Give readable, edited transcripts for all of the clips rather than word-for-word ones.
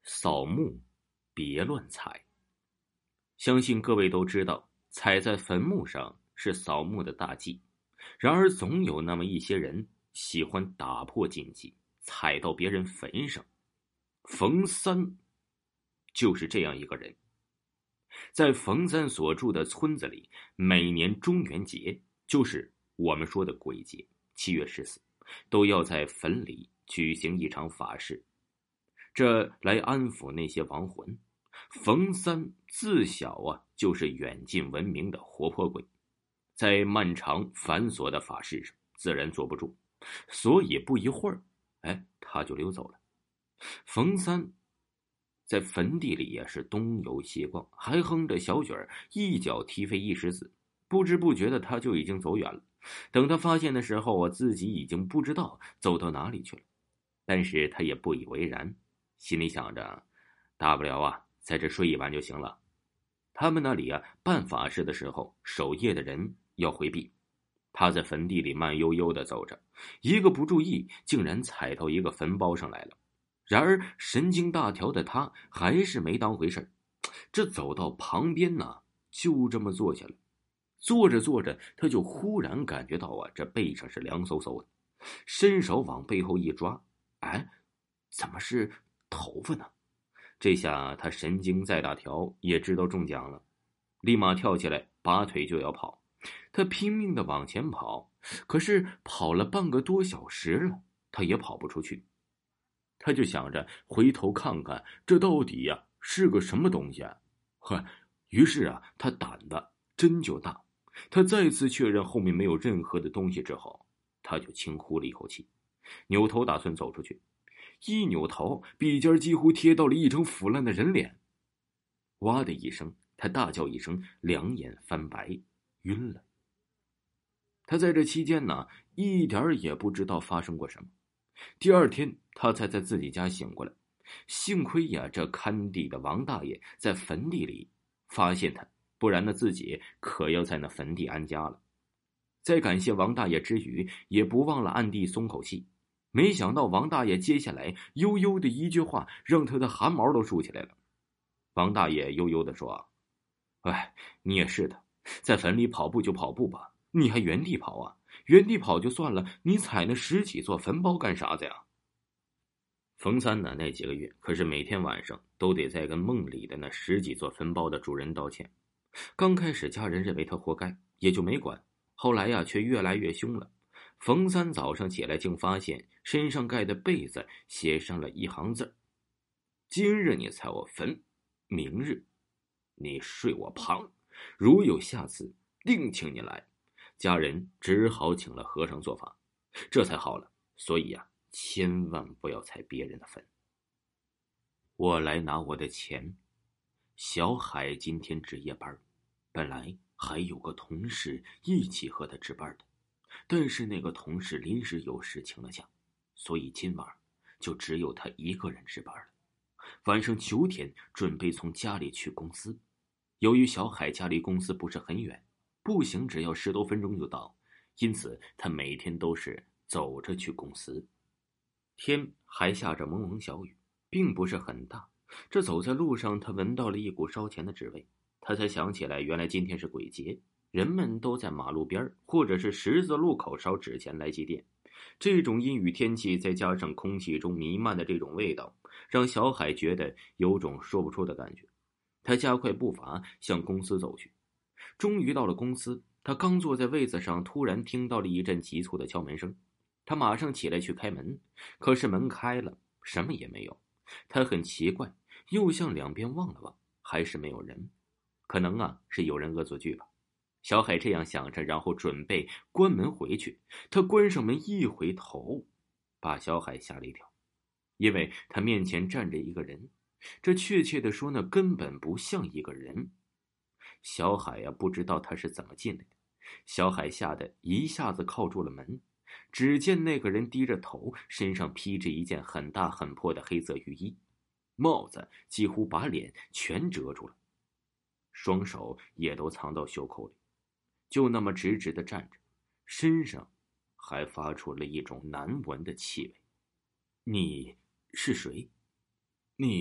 扫墓别乱踩。相信各位都知道，踩在坟墓上是扫墓的大忌。然而总有那么一些人喜欢打破禁忌，踩到别人坟上。冯三就是这样一个人。在冯三所住的村子里，每年中元节，就是我们说的鬼节，7月14，都要在坟里举行一场法事，这来安抚那些亡魂。冯三自小就是远近闻名的活泼鬼，在漫长繁琐的法事上自然坐不住，所以不一会儿他就溜走了。冯三在坟地里也是东游西逛，还哼着小曲儿，一脚踢飞一石子。不知不觉的他就已经走远了。等他发现的时候，自己已经不知道走到哪里去了。但是他也不以为然，心里想着大不了在这睡一晚就行了。他们那里办法事的时候，守夜的人要回避。他在坟地里慢悠悠地走着，一个不注意竟然踩到一个坟包上来了。然而神经大条的他还是没当回事，这走到旁边就这么坐下了。坐着坐着，他就忽然感觉到这背上是凉飕飕的，伸手往背后一抓，怎么是头发呢？这下他神经再大条也知道中奖了，立马跳起来拔腿就要跑。他拼命地往前跑，可是跑了半个多小时了，他也跑不出去。他就想着回头看看这到底是个什么东西于是他胆子真就大。他再次确认后面没有任何的东西之后，他就轻呼了一口气，扭头打算走出去。一扭头，鼻尖几乎贴到了一张腐烂的人脸。哇的一声，他大叫一声，两眼翻白，晕了。他在这期间一点也不知道发生过什么。第二天他才在自己家醒过来，幸亏这看地的王大爷在坟地里发现他，不然自己可要在那坟地安家了。在感谢王大爷之余，也不忘了暗地松口气。没想到王大爷接下来悠悠的一句话，让他的汗毛都竖起来了。王大爷悠悠地说：你也是的，在坟里跑步就跑步吧，你还原地跑原地跑就算了，你踩那10几座坟包干啥子呀？冯三那几个月可是每天晚上都得在跟梦里的那10几座坟包的主人道歉。刚开始家人认为他活该，也就没管，后来却越来越凶了。冯三早上起来竟发现身上盖的被子写上了一行字：今日你踩我坟，明日你睡我旁，如有下次，定请你来。家人只好请了和尚做法，这才好了。所以千万不要踩别人的坟。我来拿我的钱。小海今天值夜班，本来还有个同事一起和他值班的，但是那个同事临时有事请了假，所以今晚就只有他一个人值班了。晚上9点准备从家里去公司。由于小海家离公司不是很远，步行只要10多分钟就到，因此他每天都是走着去公司。天还下着蒙蒙小雨，并不是很大。这走在路上，他闻到了一股烧钱的纸味，他才想起来原来今天是鬼节，人们都在马路边或者是十字路口烧纸钱来祭奠。这种阴雨天气再加上空气中弥漫的这种味道，让小海觉得有种说不出的感觉。他加快步伐向公司走去。终于到了公司，他刚坐在位子上，突然听到了一阵急促的敲门声。他马上起来去开门，可是门开了，什么也没有。他很奇怪，又向两边望了望，还是没有人。可能是有人恶作剧吧。小海这样想着，然后准备关门回去。他关上门一回头，把小海吓了一跳，因为他面前站着一个人，这确切的说，那根本不像一个人。小海不知道他是怎么进来的。小海吓得一下子靠住了门。只见那个人低着头，身上披着一件很大很破的黑色雨衣，帽子几乎把脸全遮住了，双手也都藏到袖口里，就那么直直地站着，身上还发出了一种难闻的气味。你是谁？你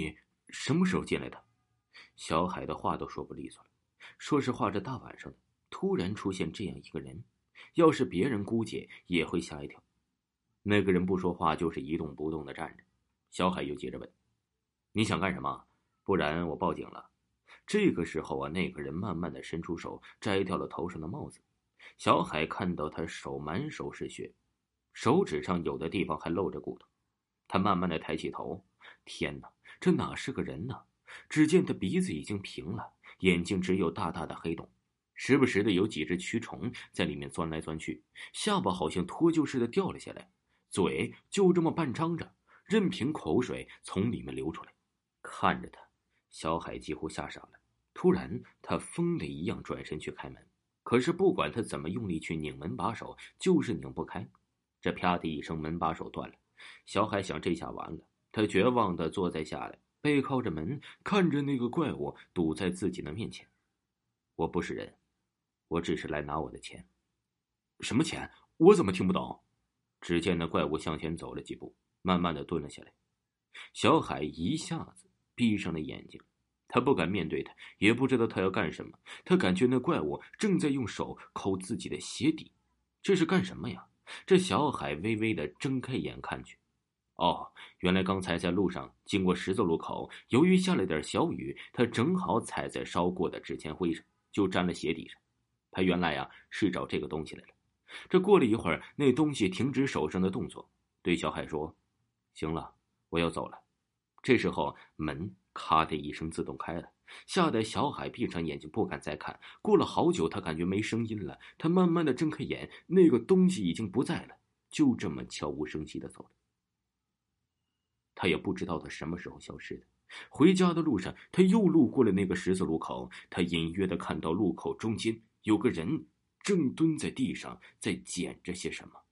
什么时候进来的？小海的话都说不利索了。说实话，这大晚上的突然出现这样一个人，要是别人估计也会吓一跳。那个人不说话，就是一动不动的站着。小海又接着问：“你想干什么？不然我报警了。”这个时候啊，那个人慢慢的伸出手，摘掉了头上的帽子。小海看到他手满手是血，手指上有的地方还露着骨头。他慢慢的抬起头，天哪，这哪是个人呢？只见他鼻子已经平了，眼睛只有大大的黑洞，时不时的有几只蛆虫在里面钻来钻去，下巴好像脱臼似的掉了下来，嘴就这么半张着，任凭口水从里面流出来。看着他，小海几乎吓傻了。突然他疯了一样转身去开门，可是不管他怎么用力去拧门把手，就是拧不开。这啪的一声，门把手断了。小海想，这下完了。他绝望地坐在下来，背靠着门，看着那个怪物堵在自己的面前。我不是人，我只是来拿我的钱。什么钱？我怎么听不懂？只见那怪物向前走了几步，慢慢地蹲了下来。小海一下子闭上了眼睛，他不敢面对他，也不知道他要干什么。他感觉那怪物正在用手抠自己的鞋底，这是干什么呀？这小海微微地睁开眼看去，哦，原来刚才在路上经过十字路口，由于下了点小雨，他正好踩在烧过的纸钱灰上，就沾了鞋底上。他原来呀是找这个东西来了。这过了一会儿，那东西停止手上的动作，对小海说：“行了，我要走了。”这时候门咔的一声自动开了，吓得小海闭上眼睛不敢再看。过了好久，他感觉没声音了，他慢慢的睁开眼，那个东西已经不在了，就这么悄无声息的走了。他也不知道他什么时候消失的。回家的路上，他又路过了那个十字路口，他隐约的看到路口中间有个人正蹲在地上在捡着些什么。